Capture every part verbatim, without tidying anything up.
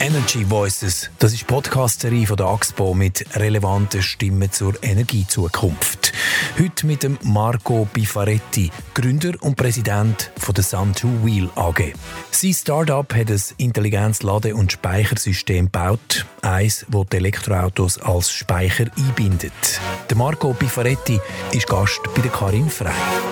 Energy Voices, das ist die Podcast-Serie von der Axpo mit relevanten Stimmen zur Energiezukunft. Heute mit dem Marco Bifaretti, Gründer und Präsident von der Sun two Wheel A G. Sein Start-up hat ein intelligentes Lade- und Speichersystem gebaut, eins, das die Elektroautos als Speicher einbindet. Der Marco Bifaretti ist Gast bei der Karin Frey.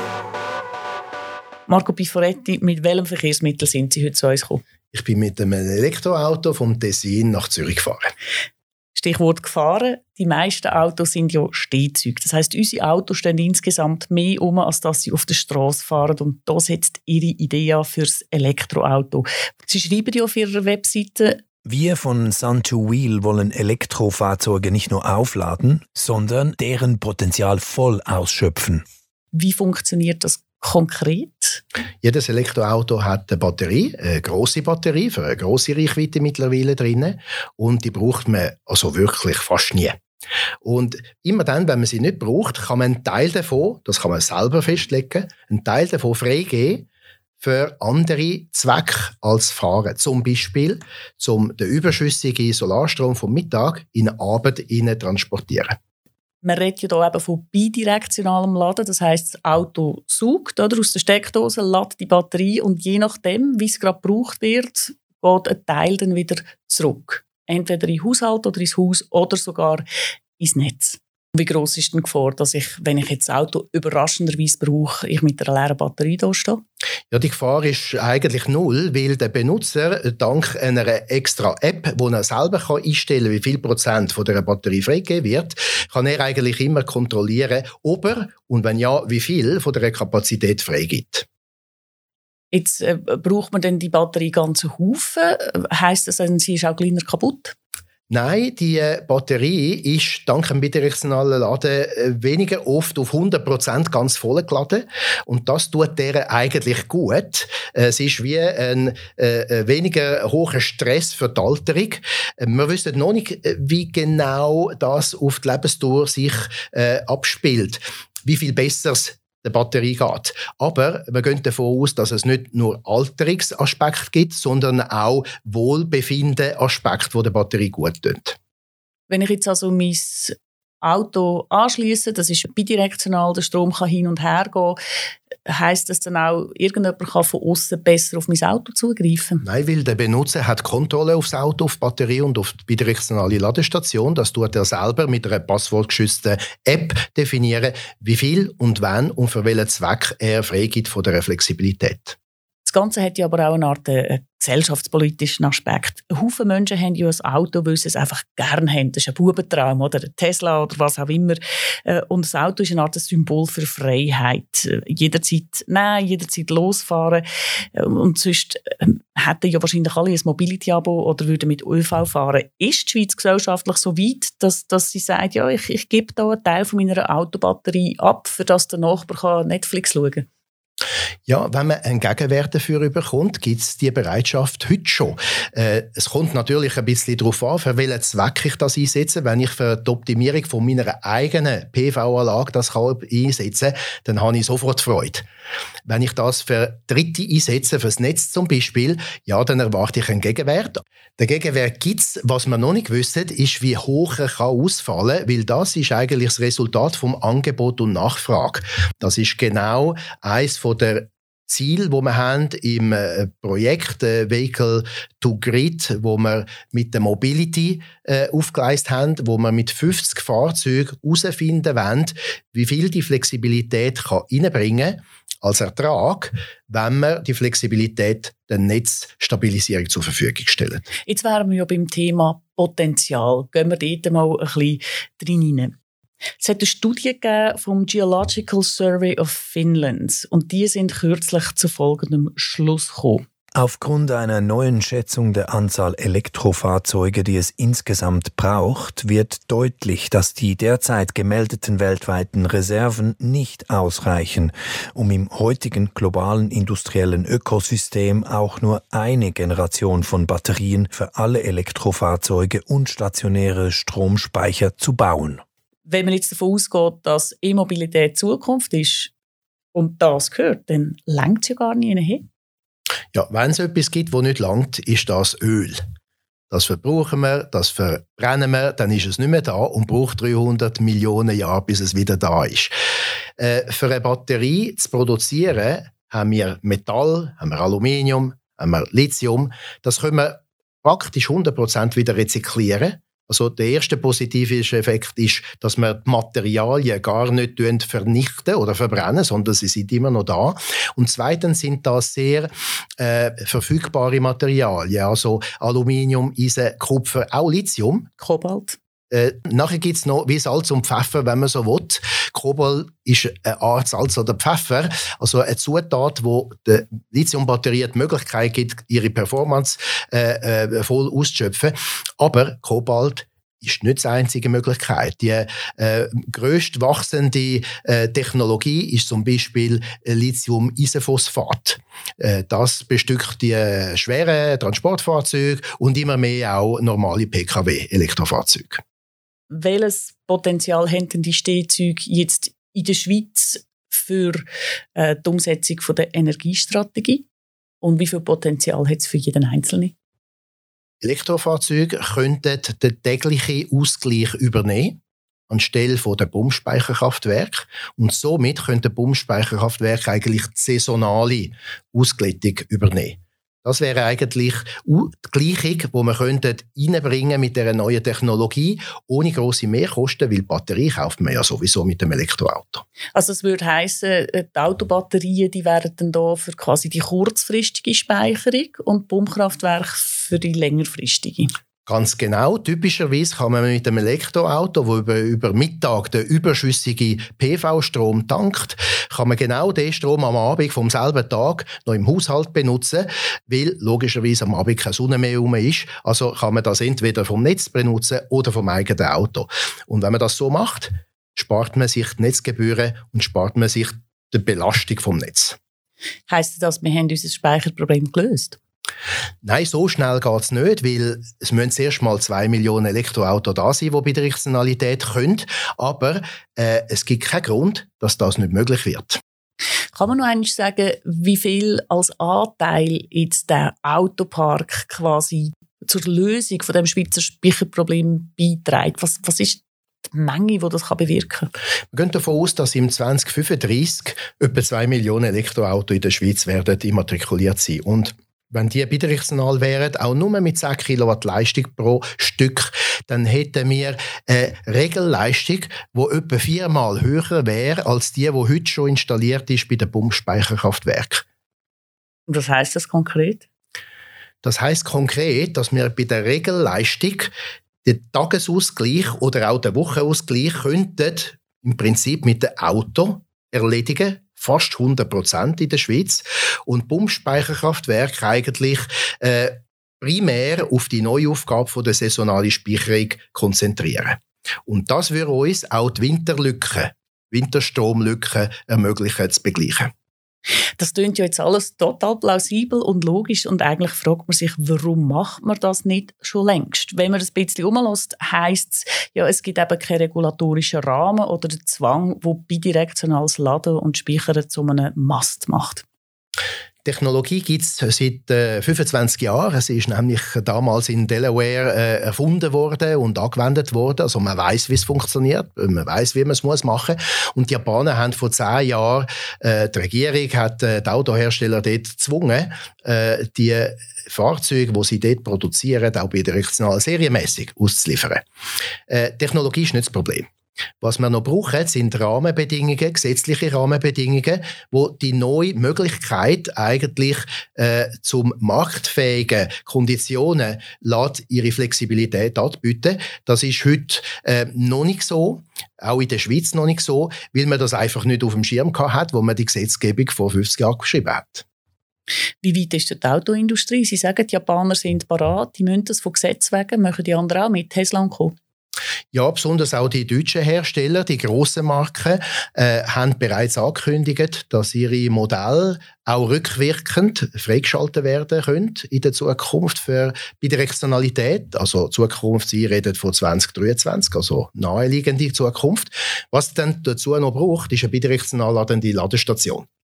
Marco Bifaretti, mit welchem Verkehrsmittel sind Sie heute zu uns gekommen? Ich bin mit einem Elektroauto vom Tessin nach Zürich gefahren. Stichwort gefahren. Die meisten Autos sind ja Stehzeuge. Das heisst, unsere Autos stehen insgesamt mehr um, als dass sie auf der Straße fahren. Und da setzt Ihre Idee an für das Elektroauto. Sie schreiben ja auf Ihrer Webseite: Wir von Sun two Wheel wollen Elektrofahrzeuge nicht nur aufladen, sondern deren Potenzial voll ausschöpfen. Wie funktioniert das konkret? Jedes Elektroauto hat eine Batterie, eine grosse Batterie für eine grosse Reichweite mittlerweile drin, und die braucht man also wirklich fast nie. Und immer dann, wenn man sie nicht braucht, kann man einen Teil davon, das kann man selber festlegen, einen Teil davon freigeben für andere Zwecke als Fahren. Zum Beispiel, um den überschüssigen Solarstrom vom Mittag in den Abend hinein transportieren. Man redet ja hier eben von bidirektionalem Laden. Das heisst, das Auto saugt oder, aus der Steckdose, lädt die Batterie und je nachdem, wie es gerade gebraucht wird, geht ein Teil dann wieder zurück. Entweder in den Haushalt oder ins Haus oder sogar ins Netz. Wie gross ist denn die Gefahr, dass ich, wenn ich jetzt das Auto überraschenderweise brauche, ich mit einer leeren Batterie da stehe? Ja, die Gefahr ist eigentlich null, weil der Benutzer dank einer extra App, die er selber einstellen kann, wie viel Prozent von der Batterie freigegeben wird, kann er eigentlich immer kontrollieren, ob er und wenn ja, wie viel von der Kapazität freigibt. Jetzt äh, braucht man dann die Batterie ganzen Haufen. Heisst das, sie ist auch kleiner kaputt? Nein, die Batterie ist dank dem bidirektionalen Laden weniger oft auf hundert Prozent ganz voll geladen. Und das tut der eigentlich gut. Es ist wie ein äh, weniger hoher Stress für die Alterung. Wir wissen noch nicht, wie genau das auf die Lebensdauer sich äh, abspielt. Wie viel besseres der Batterie geht. Aber wir gehen davon aus, dass es nicht nur Alterungsaspekte gibt, sondern auch Wohlbefinden-Aspekte, die der Batterie gut tun. Wenn ich jetzt also mein Auto anschliesse, das ist bidirektional, der Strom kann hin und her gehen, heisst das dann auch, irgendjemand kann von außen besser auf mein Auto zugreifen? Nein, weil der Benutzer hat Kontrolle auf das Auto, auf die Batterie und auf die bidirektionale Ladestation. Das tut er selber mit einer passwortgeschützten App definieren, wie viel und wann und für welchen Zweck er freigibt von der Flexibilität. Das Ganze hat ja aber auch eine Art äh, gesellschaftspolitischen Aspekt. Ein Haufen Menschen haben ja ein Auto, weil sie es einfach gerne haben. Das ist ein Bubentraum, oder ein Tesla oder was auch immer. Äh, und das Auto ist eine Art Symbol für Freiheit. Äh, jederzeit nehmen, jederzeit losfahren. Äh, und sonst äh, hätten ja wahrscheinlich alle ein Mobility-Abo oder würden mit ÖV fahren. Ist die Schweiz gesellschaftlich so weit, dass, dass sie sagt, ja, ich, ich gebe da einen Teil von meiner Autobatterie ab, für das der Nachbar Netflix schauen kann? Ja, wenn man einen Gegenwert dafür bekommt, gibt es diese Bereitschaft heute schon. Äh, es kommt natürlich ein bisschen darauf an, für welchen Zweck ich das einsetze. Wenn ich für die Optimierung von meiner eigenen P V-Anlage das kann einsetzen kann, dann habe ich sofort Freude. Wenn ich das für Dritte einsetze, für das Netz zum Beispiel, ja, dann erwarte ich einen Gegenwert. Der Gegenwert gibt es. Was wir noch nicht wissen, ist, wie hoch er kann ausfallen kann, weil das ist eigentlich das Resultat vom Angebot und Nachfrage. Das ist genau eines der Ziel, wo wir haben im äh, Projekt äh, Vehicle to Grid, wo wir mit der Mobility äh, aufgeleistet haben, wo wir mit fünfzig Fahrzeugen herausfinden wollen, wie viel die Flexibilität kann reinbringen kann als Ertrag, wenn wir die Flexibilität der Netzstabilisierung zur Verfügung stellen. Jetzt wären wir ja beim Thema Potenzial. Gehen wir dort mal ein bisschen drin rein. Es hat eine Studie gegeben vom Geological Survey of Finland und die sind kürzlich zu folgendem Schluss gekommen. Aufgrund einer neuen Schätzung der Anzahl Elektrofahrzeuge, die es insgesamt braucht, wird deutlich, dass die derzeit gemeldeten weltweiten Reserven nicht ausreichen, um im heutigen globalen industriellen Ökosystem auch nur eine Generation von Batterien für alle Elektrofahrzeuge und stationäre Stromspeicher zu bauen. Wenn man jetzt davon ausgeht, dass E-Mobilität Zukunft ist und das gehört, dann reicht es ja gar nicht hin. Ja, wenn es etwas gibt, das nicht langt, ist das Öl. das verbrauchen wir, das verbrennen wir, dann ist es nicht mehr da und braucht dreihundert Millionen Jahre, bis es wieder da ist. Äh, für eine Batterie zu produzieren, haben wir Metall, haben wir Aluminium, haben wir Lithium. Das können wir praktisch hundert Prozent wieder rezyklieren. Also der erste positive Effekt ist, dass wir die Materialien gar nicht vernichten oder verbrennen, sondern sie sind immer noch da. Und zweitens sind das sehr äh, verfügbare Materialien, also Aluminium, Eisen, Kupfer, auch Lithium. Kobalt. Äh, nachher gibt es noch wie Salz und Pfeffer, wenn man so will. Kobalt ist eine Art Salz oder Pfeffer, also eine Zutat, die der Lithiumbatterie die Möglichkeit gibt, ihre Performance äh, äh, voll auszuschöpfen. Aber Kobalt ist nicht die einzige Möglichkeit. Die äh, grösst wachsende äh, Technologie ist zum Beispiel Lithium-Eisenphosphat. Äh, das bestückt die äh, schweren Transportfahrzeuge und immer mehr auch normale P K W-Elektrofahrzeuge. Welches Potenzial haben denn die Stehzeuge jetzt in der Schweiz für äh, die Umsetzung von der Energiestrategie? Und wie viel Potenzial hat es für jeden Einzelnen? Elektrofahrzeuge könnten den täglichen Ausgleich übernehmen anstelle der Pumpspeicherkraftwerke. Und somit könnten Pumpspeicherkraftwerke eigentlich die saisonale Ausgleitung übernehmen. Das wäre eigentlich die Gleichung, die man reinbringen mit dieser neuen Technologie, ohne grosse Mehrkosten, weil die Batterie kauft man ja sowieso mit dem Elektroauto. Also das würde heissen, die Autobatterien die wären dann da für quasi die kurzfristige Speicherung und die Pumpkraftwerke für die längerfristige. Ganz genau. Typischerweise kann man mit einem Elektroauto, das über, über Mittag den überschüssigen P V-Strom tankt, kann man genau den Strom am Abend vom selben Tag noch im Haushalt benutzen, weil logischerweise am Abend keine Sonne mehr herum ist. Also kann man das entweder vom Netz benutzen oder vom eigenen Auto. Und wenn man das so macht, spart man sich die Netzgebühren und spart man sich die Belastung vom Netz. Heisst das, wir haben unser Speicherproblem gelöst? Nein, so schnell geht es nicht, weil es müssen zuerst mal zwei Millionen Elektroautos da sein, die Bidirektionalität können. Aber äh, es gibt keinen Grund, dass das nicht möglich wird. Kann man noch einmal sagen, wie viel als Anteil jetzt der Autopark quasi zur Lösung von dem Schweizer Speicherproblem beiträgt? Was, was ist die Menge, die das bewirken kann? Wir gehen davon aus, dass im zwanzig fünfunddreissig etwa zwei Millionen Elektroautos in der Schweiz werden immatrikuliert sein. Und wenn die bidirektional wären, auch nur mit zehn Kilowatt Leistung pro Stück, dann hätten wir eine Regelleistung, die etwa viermal höher wäre als die, die heute schon installiert ist bei den Pumpspeicherkraftwerken. Und was heisst das konkret? Das heisst konkret, dass wir bei der Regelleistung den Tagesausgleich oder auch den Wochenausgleich könnten im Prinzip mit dem Auto erledigen, fast hundert Prozent in der Schweiz. Und Pumpspeicherkraftwerke eigentlich äh, primär auf die Neuaufgabe von der saisonalen Speicherung konzentrieren. Und das würde uns auch die Winterlücken, Winterstromlücken ermöglichen zu begleichen. Das klingt ja jetzt alles total plausibel und logisch und eigentlich fragt man sich, warum macht man das nicht schon längst? Wenn man das ein bisschen umlässt, heisst es, ja, es gibt eben keinen regulatorischen Rahmen oder den Zwang, der bidirektionales Laden und Speichern zu einem Must macht. Technologie gibt es seit äh, fünfundzwanzig Jahren. Es ist nämlich damals in Delaware äh, erfunden worden und angewendet worden. Also man weiß, wie es funktioniert, man weiß, wie man es muss machen. Und die Japaner haben vor zehn Jahren, äh, die Regierung hat äh, die Autohersteller dort gezwungen, äh, die Fahrzeuge, die sie dort produzieren, auch bidirektional serienmäßig auszuliefern. Äh, Technologie ist nicht das Problem. Was wir noch brauchen, sind Rahmenbedingungen, gesetzliche Rahmenbedingungen, wo die neue Möglichkeit eigentlich äh, zum marktfähigen Konditionen lässt ihre Flexibilität anbieten. Das ist heute äh, noch nicht so, auch in der Schweiz noch nicht so, weil man das einfach nicht auf dem Schirm hat, wo man die Gesetzgebung vor fünfzig Jahren geschrieben hat. Wie weit ist die Autoindustrie? Sie sagen, die Japaner sind parat, die müssen das von Gesetz wegen, machen die anderen auch mit, Tesla und Co. Ja, besonders auch die deutschen Hersteller, die grossen Marken, äh, haben bereits angekündigt, dass ihre Modelle auch rückwirkend freigeschaltet werden können in der Zukunft für Bidirektionalität. Also Zukunft, Sie reden von zwanzig dreiundzwanzig, also naheliegende Zukunft. Was dann dazu noch braucht, ist eine bidirektional ladende Ladestation.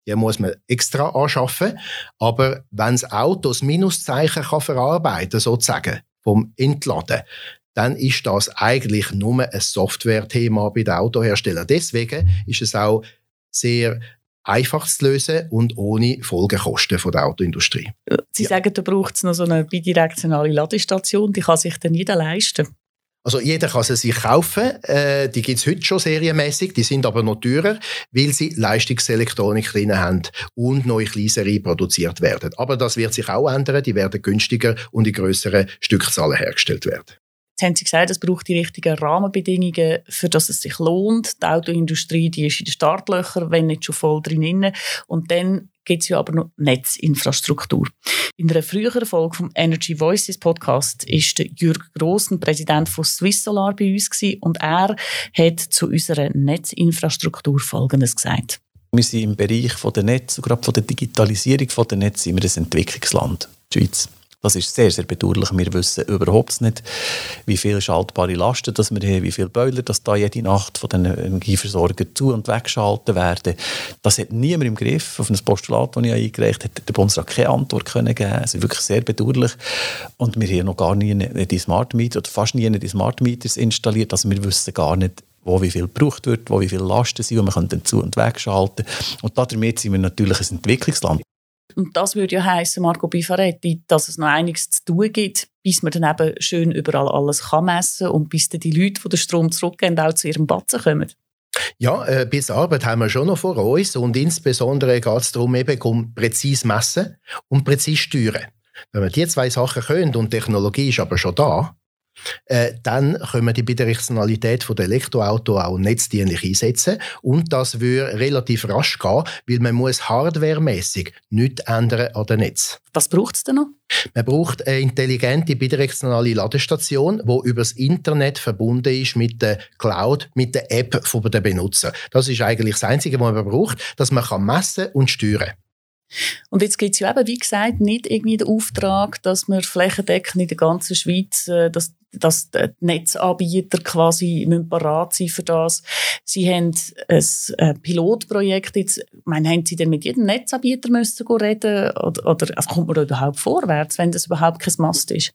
die muss man extra anschaffen. Aber wenn das Auto das Minuszeichen kann verarbeiten kann, sozusagen, vom Entladen, dann ist das eigentlich nur ein Software-Thema bei den Autoherstellern. Deswegen ist es auch sehr einfach zu lösen und ohne Folgekosten von der Autoindustrie. Sie ja. sagen, da braucht es noch so eine bidirektionale Ladestation, die kann sich dann jeder leisten. Also jeder kann sie sich kaufen, äh, die gibt es heute schon serienmäßig, die sind aber noch teurer, weil sie Leistungselektronik drin haben und noch in Kleinserie produziert werden. Aber das wird sich auch ändern, die werden günstiger und in grösseren Stückzahlen hergestellt werden. Jetzt haben Sie gesagt, es braucht die richtigen Rahmenbedingungen, für dass es sich lohnt. Die Autoindustrie, die ist in den Startlöchern, wenn nicht schon voll drin. Und dann gibt es ja aber noch Netzinfrastruktur. In einer früheren Folge vom Energy Voices Podcast ist der Jürg Grossen, Präsident von Swiss Solar, bei uns gewesen, und er hat zu unserer Netzinfrastruktur Folgendes gesagt. Wir sind im Bereich der Netze, gerade von der Digitalisierung der Netze, sind wir ein Entwicklungsland, die Schweiz. Das ist sehr, sehr bedauerlich. Wir wissen überhaupt nicht, wie viele schaltbare Lasten das wir haben, wie viele Boiler das da jede Nacht von den Energieversorgern zu- und weggeschaltet werden. Das hat niemand im Griff. Auf ein Postulat, das ich eingereicht habe, hat der Bundesrat keine Antwort können geben. Es ist wirklich sehr bedauerlich. Und wir haben noch gar nie die Smart Meter oder fast nie die Smart Meters installiert. Also wir wissen gar nicht, wo wie viel gebraucht wird, wo wie viele Lasten sind, und wir können dann zu- und wegschalten. Und damit sind wir natürlich ein Entwicklungsland. Und das würde ja heissen, Marco Biffaretti, dass es noch einiges zu tun gibt, bis man dann eben schön überall alles kann messen und bis dann die Leute, die den Strom zurückgeben, auch zu ihrem Batzen kommen. Ja, äh, bis Arbeit haben wir schon noch vor uns und insbesondere geht es darum, eben um präzise messen und präzise steuern. Wenn wir diese zwei Sachen können und die Technologie ist aber schon da, Äh, dann können wir die Bidirektionalität der Elektroautos auch netzdienlich einsetzen und das würde relativ rasch gehen, weil man muss hardwaremäßig nichts ändern an den Netz. Was braucht es denn noch? Man braucht eine intelligente bidirektionale Ladestation, die über das Internet verbunden ist mit der Cloud, mit der App der Benutzer. Das ist eigentlich das Einzige, was man braucht, dass man kann messen und steuern kann. Und jetzt gibt es ja eben, wie gesagt, nicht irgendwie den Auftrag, dass wir flächendeckend in der ganzen Schweiz, dass, dass die Netzanbieter quasi parat sein für das. Sie haben ein Pilotprojekt jetzt. Ich meine, haben Sie denn mit jedem Netzanbieter müssen reden oder, oder also kommt man da überhaupt vorwärts, wenn das überhaupt kein Mast ist?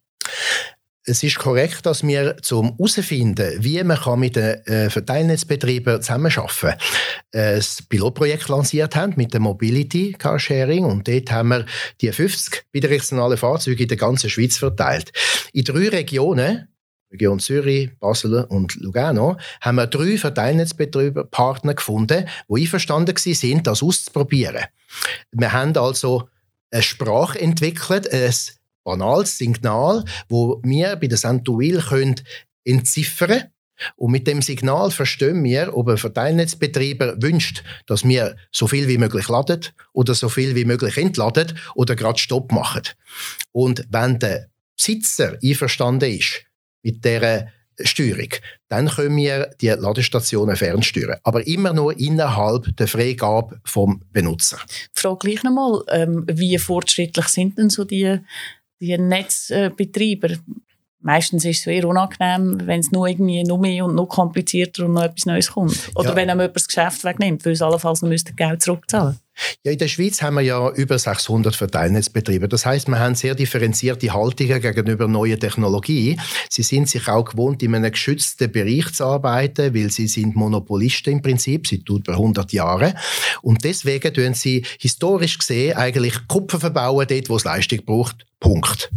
Es ist korrekt, dass wir zum herausfinden, wie man mit den äh, Verteilnetzbetreibern zusammenarbeiten kann, ein Pilotprojekt lanciert haben mit dem Mobility Carsharing und dort haben wir die fünfzig bidirektionale Fahrzeuge in der ganzen Schweiz verteilt. In drei Regionen, Region Zürich, Basel und Lugano, haben wir drei Verteilnetzbetreiberpartner gefunden, die einverstanden waren, das auszuprobieren. Wir haben also eine Sprache entwickelt, ein banales Signal, wo wir bei der Centreville können entziffern können. Und mit dem Signal verstehen wir, ob ein Verteilnetzbetreiber wünscht, dass wir so viel wie möglich laden oder so viel wie möglich entladen oder gerade Stopp machen. Und wenn der Besitzer einverstanden ist mit dieser Steuerung, dann können wir die Ladestationen fernsteuern. Aber immer nur innerhalb der Freigabe vom Benutzer. Ich frage gleich nochmal, ähm, wie fortschrittlich sind denn so die die Netzbetreiber? Meistens ist es eher unangenehm, wenn es nur irgendwie noch mehr und noch komplizierter und noch etwas Neues kommt. Oder ja. wenn einem jemand das Geschäft wegnimmt, weil es allenfalls noch Geld zurückzahlen. Ja, in der Schweiz haben wir ja über sechshundert Verteilnetzbetriebe. Das heisst, wir haben sehr differenzierte Haltungen gegenüber neuen Technologien. Sie sind sich auch gewohnt, in einem geschützten Bereich zu arbeiten, weil sie sind Monopolisten im Prinzip seit über hundert Jahren. Und deswegen tun sie historisch gesehen eigentlich Kupfer verbauen, dort, wo es Leistung braucht. Punkt.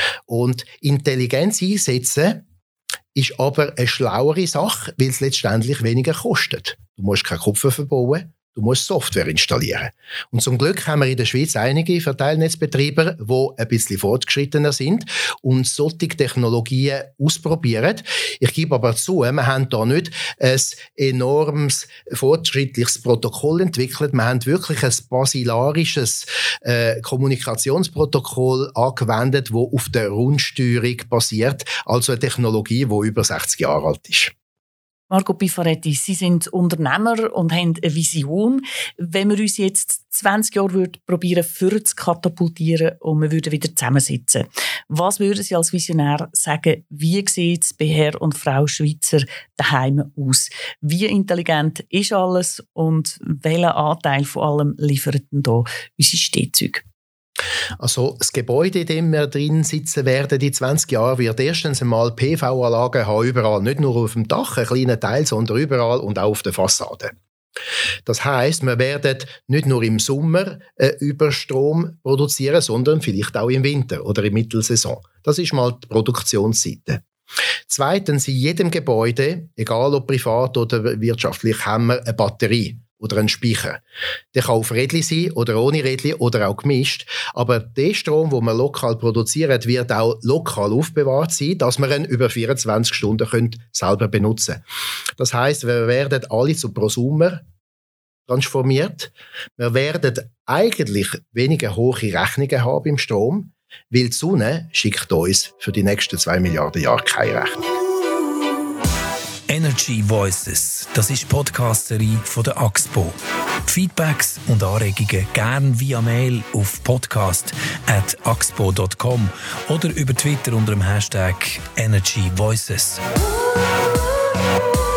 Und Intelligenz einsetzen ist aber eine schlauere Sache, weil es letztendlich weniger kostet. Du musst keinen Kupfer verbauen. Du musst Software installieren. Und zum Glück haben wir in der Schweiz einige Verteilnetzbetreiber, die ein bisschen fortgeschrittener sind und solche Technologien ausprobieren. Ich gebe aber zu, wir haben da nicht ein enormes, fortschrittliches Protokoll entwickelt. Wir haben wirklich ein basilarisches äh, Kommunikationsprotokoll angewendet, das auf der Rundsteuerung basiert. Also eine Technologie, die über sechzig Jahre alt ist. Marco Pifaretti, Sie sind Unternehmer und haben eine Vision. Wenn wir uns jetzt zwanzig Jahre probieren, für zu katapultieren und wir würden wieder zusammensitzen, was würden Sie als Visionär sagen, wie sieht es bei Herr und Frau Schweizer daheim aus? Wie intelligent ist alles und welchen Anteil von allem liefert denn da unsere Stehzeuge? Also das Gebäude, in dem wir drin sitzen werden, die zwanzig Jahre, wird erstens einmal P V-Anlagen haben, überall, nicht nur auf dem Dach, einen kleinen Teil, sondern überall und auch auf der Fassade. Das heisst, wir werden nicht nur im Sommer äh, Überstrom produzieren, sondern vielleicht auch im Winter oder in Mittelsaison. Das ist mal die Produktionsseite. Zweitens, in jedem Gebäude, egal ob privat oder wirtschaftlich, haben wir eine Batterie oder einen Speicher. Der kann auf Rädchen sein oder ohne Rädchen oder auch gemischt. Aber der Strom, den wir lokal produzieren, wird auch lokal aufbewahrt sein, dass wir ihn über vierundzwanzig Stunden können selber benutzen können. Das heisst, wir werden alle zu Prosumer transformiert. Wir werden eigentlich weniger hohe Rechnungen haben im Strom, weil die Sonne schickt uns für die nächsten zwei Milliarden Jahre keine Rechnung. Energy Voices, das ist die Podcast-Serie von der Axpo. Feedbacks und Anregungen gern via Mail auf podcast at axpo dot com oder über Twitter unter dem Hashtag Energy Voices.